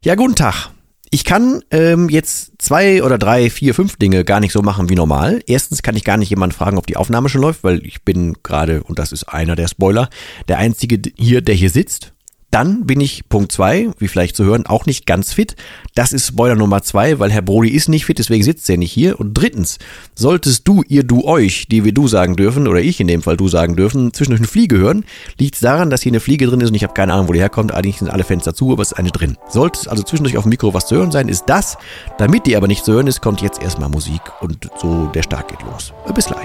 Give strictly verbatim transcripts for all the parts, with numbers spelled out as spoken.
Ja, guten Tag. Ich kann ähm, jetzt zwei oder drei, vier, fünf Dinge gar nicht so machen wie normal. Erstens kann ich gar nicht jemanden fragen, ob die Aufnahme schon läuft, weil ich bin gerade, und das ist einer der Spoiler, der Einzige hier, der hier sitzt. Dann bin ich, Punkt zwei, wie vielleicht zu hören, auch nicht ganz fit. Das ist Spoiler Nummer zwei, weil Herr Brody ist nicht fit, deswegen sitzt er nicht hier. Und drittens, solltest du, ihr, du, euch, die wir du sagen dürfen, oder ich in dem Fall du sagen dürfen, zwischendurch eine Fliege hören, liegt es daran, dass hier eine Fliege drin ist und ich habe keine Ahnung, wo die herkommt. Eigentlich sind alle Fenster zu, aber es ist eine drin. Sollte es also zwischendurch auf dem Mikro was zu hören sein, ist das. Damit die aber nicht zu hören ist, kommt jetzt erstmal Musik und so der Start geht los. Bis gleich.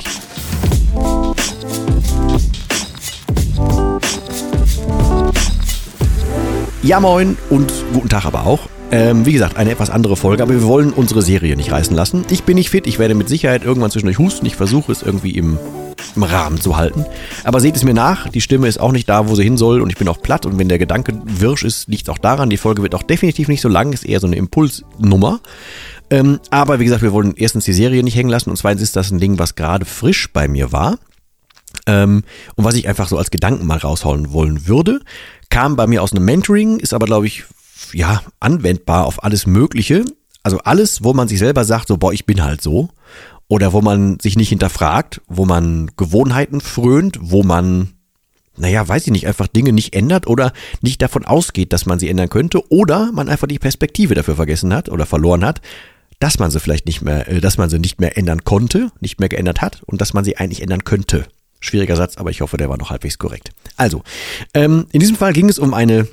Ja, moin und guten Tag aber auch. Ähm, wie gesagt, eine etwas andere Folge, aber wir wollen unsere Serie nicht reißen lassen. Ich bin nicht fit, ich werde mit Sicherheit irgendwann zwischendurch husten. Ich versuche es irgendwie im, im Rahmen zu halten. Aber seht es mir nach, die Stimme ist auch nicht da, wo sie hin soll und ich bin auch platt. Und wenn der Gedanke wirsch ist, liegt es auch daran. Die Folge wird auch definitiv nicht so lang, ist eher so eine Impulsnummer. Ähm, aber wie gesagt, wir wollen erstens die Serie nicht hängen lassen und zweitens ist das ein Ding, was gerade frisch bei mir war. Ähm, und was ich einfach so als Gedanken mal raushauen wollen würde, kam bei mir aus einem Mentoring, ist aber, glaube ich, ja, anwendbar auf alles Mögliche. Also alles, wo man sich selber sagt, so, boah, ich bin halt so. Oder wo man sich nicht hinterfragt, wo man Gewohnheiten frönt, wo man, naja, weiß ich nicht, einfach Dinge nicht ändert oder nicht davon ausgeht, dass man sie ändern könnte. Oder man einfach die Perspektive dafür vergessen hat oder verloren hat, dass man sie vielleicht nicht mehr, dass man sie nicht mehr ändern konnte, nicht mehr geändert hat und dass man sie eigentlich ändern könnte. Schwieriger Satz, aber ich hoffe, der war noch halbwegs korrekt. Also, ähm, in diesem Fall ging es um eine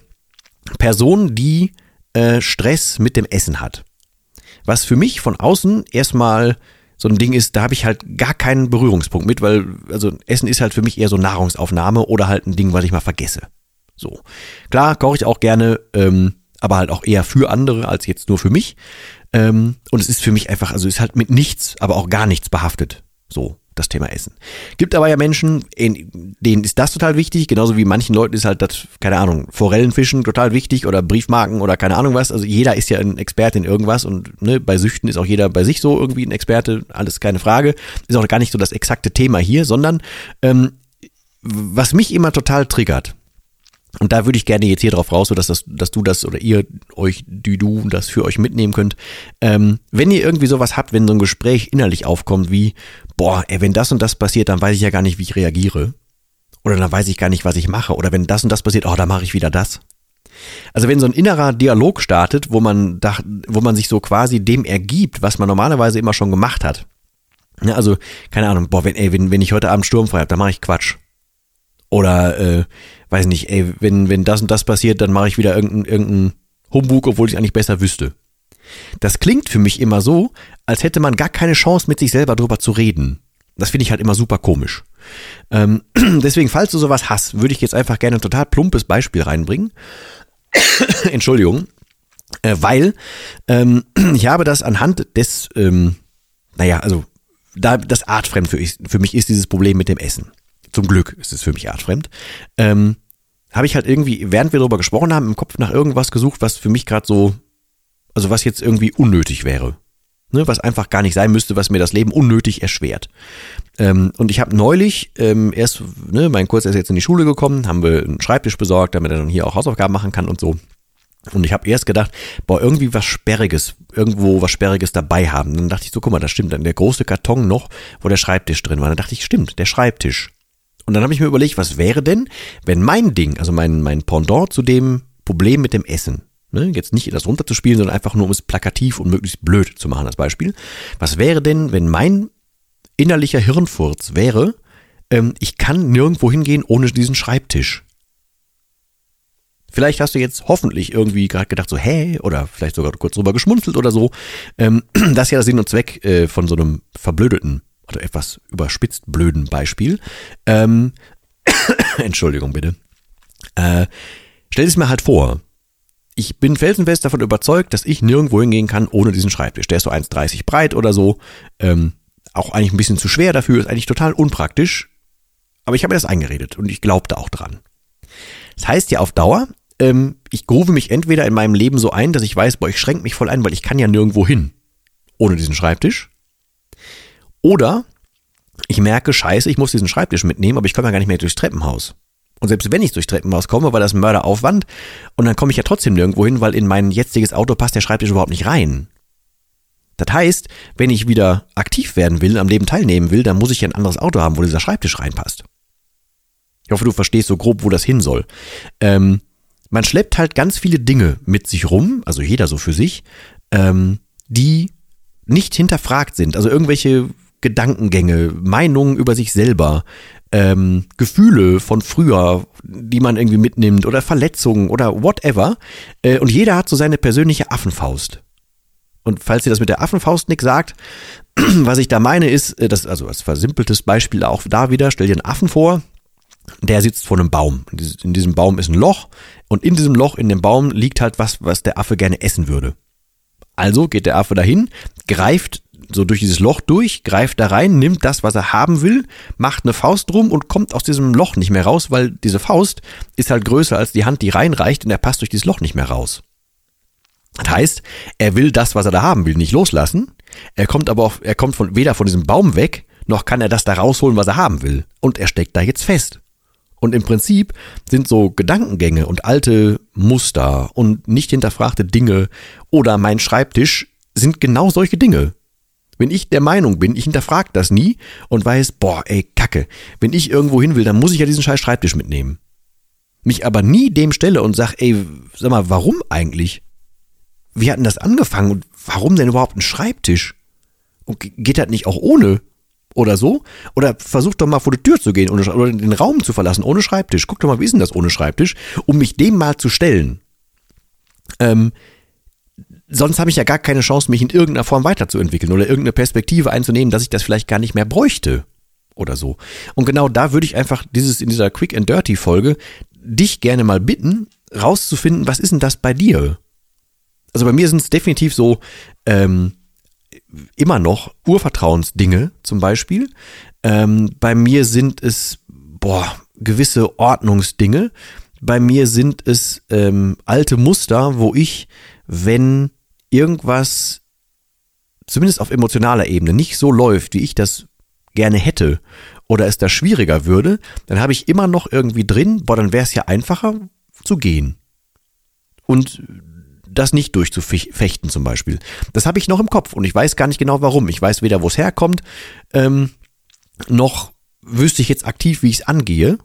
Person, die äh, Stress mit dem Essen hat. Was für mich von außen erstmal so ein Ding ist, da habe ich halt gar keinen Berührungspunkt mit, weil also Essen ist halt für mich eher so Nahrungsaufnahme oder halt ein Ding, was ich mal vergesse. So, klar, koche ich auch gerne, ähm, aber halt auch eher für andere als jetzt nur für mich. Ähm, und es ist für mich einfach, also ist halt mit nichts, aber auch gar nichts behaftet. So. Das Thema Essen. Gibt aber ja Menschen, denen ist das total wichtig, genauso wie manchen Leuten ist halt das, keine Ahnung, Forellenfischen total wichtig oder Briefmarken oder keine Ahnung was. Also jeder ist ja ein Experte in irgendwas und ne, bei Süchten ist auch jeder bei sich so irgendwie ein Experte, alles keine Frage. Ist auch gar nicht so das exakte Thema hier, sondern ähm, was mich immer total triggert, und da würde ich gerne jetzt hier drauf raus, so dass, das, dass du das oder ihr euch, die du das für euch mitnehmen könnt. Ähm, wenn ihr irgendwie sowas habt, wenn so ein Gespräch innerlich aufkommt wie, boah, ey, wenn das und das passiert, dann weiß ich ja gar nicht, wie ich reagiere. Oder dann weiß ich gar nicht, was ich mache. Oder wenn das und das passiert, oh, dann mache ich wieder das. Also wenn so ein innerer Dialog startet, wo man, da, wo man sich so quasi dem ergibt, was man normalerweise immer schon gemacht hat. Ja, also, keine Ahnung, boah, wenn, ey, wenn, wenn ich heute Abend sturmfrei habe, dann mache ich Quatsch. Oder, äh, weiß nicht, ey, wenn, wenn das und das passiert, dann mache ich wieder irgendeinen irgendein Humbug, obwohl ich eigentlich besser wüsste. Das klingt für mich immer so, als hätte man gar keine Chance, mit sich selber drüber zu reden. Das finde ich halt immer super komisch. Ähm, deswegen, falls du sowas hast, würde ich jetzt einfach gerne ein total plumpes Beispiel reinbringen. Entschuldigung. Äh, weil ähm, ich habe das anhand des, ähm, naja, also da das artfremd für, ich, für mich ist dieses Problem mit dem Essen. Zum Glück ist es für mich artfremd. Ähm, habe ich halt irgendwie, während wir darüber gesprochen haben, im Kopf nach irgendwas gesucht, was für mich gerade so, also was jetzt irgendwie unnötig wäre. Ne, was einfach gar nicht sein müsste, was mir das Leben unnötig erschwert. Ähm, und ich habe neulich ähm, erst, ne, mein Kurs ist jetzt in die Schule gekommen, haben wir einen Schreibtisch besorgt, damit er dann hier auch Hausaufgaben machen kann und so. Und ich habe erst gedacht, boah, irgendwie was Sperriges, irgendwo was Sperriges dabei haben. Dann dachte ich so, guck mal, das stimmt, dann der große Karton noch, wo der Schreibtisch drin war. Dann dachte ich, stimmt, der Schreibtisch. Und dann habe ich mir überlegt, was wäre denn, wenn mein Ding, also mein, mein Pendant zu dem Problem mit dem Essen, ne, jetzt nicht das runterzuspielen, sondern einfach nur, um es plakativ und möglichst blöd zu machen, das Beispiel. Was wäre denn, wenn mein innerlicher Hirnfurz wäre, ähm, ich kann nirgendwo hingehen ohne diesen Schreibtisch? Vielleicht hast du jetzt hoffentlich irgendwie gerade gedacht so, hä, oder vielleicht sogar kurz drüber geschmunzelt oder so. Ähm, das ist ja der Sinn und Zweck äh, von so einem verblödeten oder etwas überspitzt blöden Beispiel. Ähm, Entschuldigung bitte. Äh, stell es mir halt vor, ich bin felsenfest davon überzeugt, dass ich nirgendwo hingehen kann ohne diesen Schreibtisch. Der ist so eins Komma dreißig breit oder so. Ähm, auch eigentlich ein bisschen zu schwer dafür, ist eigentlich total unpraktisch. Aber ich habe mir das eingeredet und ich glaubte auch dran. Das heißt ja auf Dauer, ähm, ich groove mich entweder in meinem Leben so ein, dass ich weiß, boah, ich schränke mich voll ein, weil ich kann ja nirgendwo hin ohne diesen Schreibtisch. Oder ich merke, scheiße, ich muss diesen Schreibtisch mitnehmen, aber ich komme ja gar nicht mehr durchs Treppenhaus. Und selbst wenn ich durch Treppenhaus komme, war das ein Mörderaufwand und dann komme ich ja trotzdem nirgendwo hin, weil in mein jetziges Auto passt der Schreibtisch überhaupt nicht rein. Das heißt, wenn ich wieder aktiv werden will, am Leben teilnehmen will, dann muss ich ja ein anderes Auto haben, wo dieser Schreibtisch reinpasst. Ich hoffe, du verstehst so grob, wo das hin soll. Ähm, man schleppt halt ganz viele Dinge mit sich rum, also jeder so für sich, ähm, die nicht hinterfragt sind. Also irgendwelche Gedankengänge, Meinungen über sich selber, ähm, Gefühle von früher, die man irgendwie mitnimmt oder Verletzungen oder whatever. Äh, und jeder hat so seine persönliche Affenfaust. Und falls dir das mit der Affenfaust nichts sagt, was ich da meine ist, das, also als versimpeltes Beispiel auch da wieder, stell dir einen Affen vor, der sitzt vor einem Baum. In diesem Baum ist ein Loch und in diesem Loch, in dem Baum liegt halt was, was der Affe gerne essen würde. Also geht der Affe dahin, greift so durch dieses Loch durch, greift da rein, nimmt das, was er haben will, macht eine Faust drum und kommt aus diesem Loch nicht mehr raus, weil diese Faust ist halt größer als die Hand, die reinreicht und er passt durch dieses Loch nicht mehr raus. Das heißt, er will das, was er da haben will, nicht loslassen. Er kommt aber auch, er kommt von, weder von diesem Baum weg, noch kann er das da rausholen, was er haben will. Und er steckt da jetzt fest. Und im Prinzip sind so Gedankengänge und alte Muster und nicht hinterfragte Dinge oder mein Schreibtisch sind genau solche Dinge. Wenn ich der Meinung bin, ich hinterfrage das nie und weiß, boah, ey, Kacke, wenn ich irgendwo hin will, dann muss ich ja diesen scheiß Schreibtisch mitnehmen. Mich aber nie dem stelle und sag, ey, sag mal, warum eigentlich? Wie hat denn das angefangen und warum denn überhaupt ein Schreibtisch? Und geht das nicht auch ohne? Oder so? Oder versuch doch mal vor die Tür zu gehen ohne, oder den Raum zu verlassen ohne Schreibtisch. Guck doch mal, wie ist denn das ohne Schreibtisch? Um mich dem mal zu stellen. Ähm, sonst habe ich ja gar keine Chance, mich in irgendeiner Form weiterzuentwickeln oder irgendeine Perspektive einzunehmen, dass ich das vielleicht gar nicht mehr bräuchte. Oder so. Und genau da würde ich einfach dieses in dieser Quick and Dirty Folge dich gerne mal bitten, rauszufinden, was ist denn das bei dir? Also bei mir sind es definitiv so, ähm, immer noch Urvertrauensdinge zum Beispiel. Ähm, bei mir sind es, boah, gewisse Ordnungsdinge. Bei mir sind es ähm, alte Muster, wo ich, wenn irgendwas, zumindest auf emotionaler Ebene, nicht so läuft, wie ich das gerne hätte oder es da schwieriger würde, dann habe ich immer noch irgendwie drin, boah, dann wäre es ja einfacher zu gehen. Und das nicht durchzufechten zum Beispiel. Das habe ich noch im Kopf und ich weiß gar nicht genau warum. Ich weiß weder, wo es herkommt, ähm, noch wüsste ich jetzt aktiv, wie ich es angehe.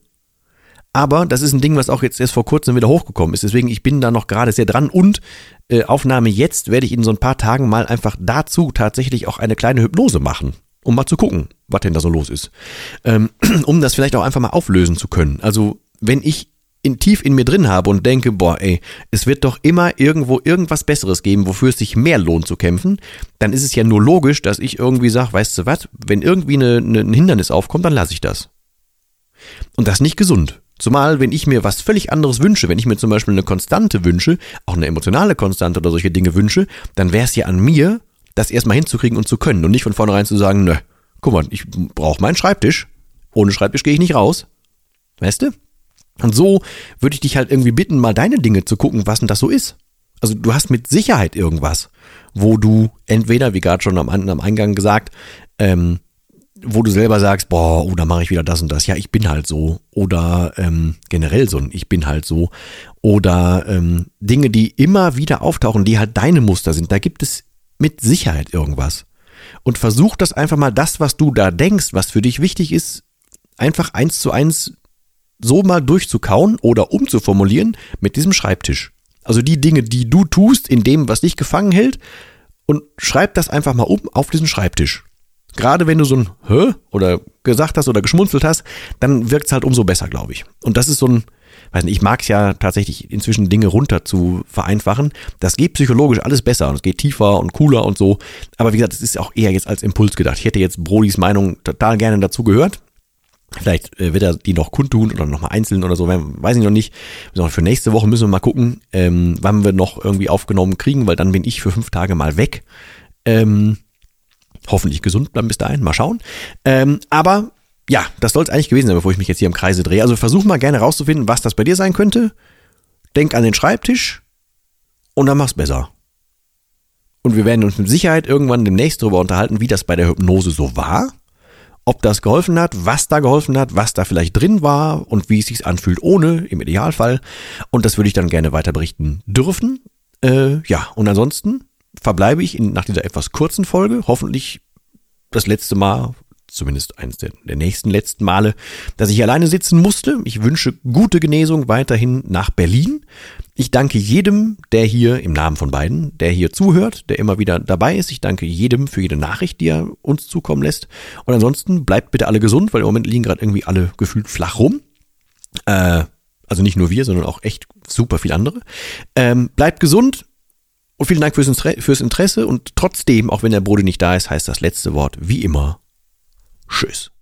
Aber das ist ein Ding, was auch jetzt erst vor kurzem wieder hochgekommen ist. Deswegen, ich bin da noch gerade sehr dran und äh, Aufnahme jetzt werde ich in so ein paar Tagen mal einfach dazu tatsächlich auch eine kleine Hypnose machen, um mal zu gucken, was denn da so los ist. Ähm, um das vielleicht auch einfach mal auflösen zu können. Also, wenn ich in, tief in mir drin habe und denke, boah, ey, es wird doch immer irgendwo irgendwas Besseres geben, wofür es sich mehr lohnt zu kämpfen, dann ist es ja nur logisch, dass ich irgendwie sage, weißt du was, wenn irgendwie eine, eine, ein Hindernis aufkommt, dann lasse ich das. Und das ist nicht gesund. Zumal, wenn ich mir was völlig anderes wünsche, wenn ich mir zum Beispiel eine Konstante wünsche, auch eine emotionale Konstante oder solche Dinge wünsche, dann wäre es ja an mir, das erstmal hinzukriegen und zu können und nicht von vornherein zu sagen, nö, guck mal, ich brauche meinen Schreibtisch, ohne Schreibtisch gehe ich nicht raus. Weißt du? Und so würde ich dich halt irgendwie bitten, mal deine Dinge zu gucken, was denn das so ist. Also du hast mit Sicherheit irgendwas, wo du entweder, wie gerade schon am, am Eingang gesagt, ähm, wo du selber sagst, boah, oh, da mache ich wieder das und das. Ja, ich bin halt so. Oder ähm, generell so ein Ich bin halt so. Oder ähm, Dinge, die immer wieder auftauchen, die halt deine Muster sind. Da gibt es mit Sicherheit irgendwas. Und versuch das einfach mal, das, was du da denkst, was für dich wichtig ist, einfach eins zu eins so mal durchzukauen oder umzuformulieren mit diesem Schreibtisch. Also die Dinge, die du tust in dem, was dich gefangen hält, und schreib das einfach mal um auf diesen Schreibtisch. Gerade wenn du so ein Hä? Oder gesagt hast oder geschmunzelt hast, dann wirkt es halt umso besser, glaube ich. Und das ist so ein, weiß nicht, ich mag es ja tatsächlich inzwischen Dinge runter zu vereinfachen. Das geht psychologisch alles besser und es geht tiefer und cooler und so. Aber wie gesagt, es ist auch eher jetzt als Impuls gedacht. Ich hätte jetzt Brodis Meinung total gerne dazu gehört. Vielleicht äh, wird er die noch kundtun oder nochmal einzeln oder so, weiß ich noch nicht. Für nächste Woche müssen wir mal gucken, ähm, wann wir noch irgendwie aufgenommen kriegen, weil dann bin ich für fünf Tage mal weg. Ähm, hoffentlich gesund bleiben bis dahin, mal schauen. Ähm, aber ja, das soll es eigentlich gewesen sein, bevor ich mich jetzt hier im Kreise drehe. Also versuch mal gerne rauszufinden, was das bei dir sein könnte. Denk an den Schreibtisch und dann mach's besser. Und wir werden uns mit Sicherheit irgendwann demnächst darüber unterhalten, wie das bei der Hypnose so war. ob das geholfen hat, was da geholfen hat, was da vielleicht drin war und wie es sich anfühlt ohne, im Idealfall. Und das würde ich dann gerne weiter berichten dürfen. Äh, ja, und ansonsten verbleibe ich in, nach dieser etwas kurzen Folge, hoffentlich das letzte Mal, zumindest eines der, der nächsten letzten Male, dass ich alleine sitzen musste. Ich wünsche gute Genesung weiterhin nach Berlin. Ich danke jedem, der hier, im Namen von beiden, der hier zuhört, der immer wieder dabei ist. Ich danke jedem für jede Nachricht, die er uns zukommen lässt. Und ansonsten bleibt bitte alle gesund, weil im Moment liegen gerade irgendwie alle gefühlt flach rum. Äh, also nicht nur wir, sondern auch echt super viele andere. Ähm, bleibt gesund und vielen Dank fürs, Inter- fürs Interesse. Und trotzdem, auch wenn der Brode nicht da ist, heißt das letzte Wort wie immer Tschüss.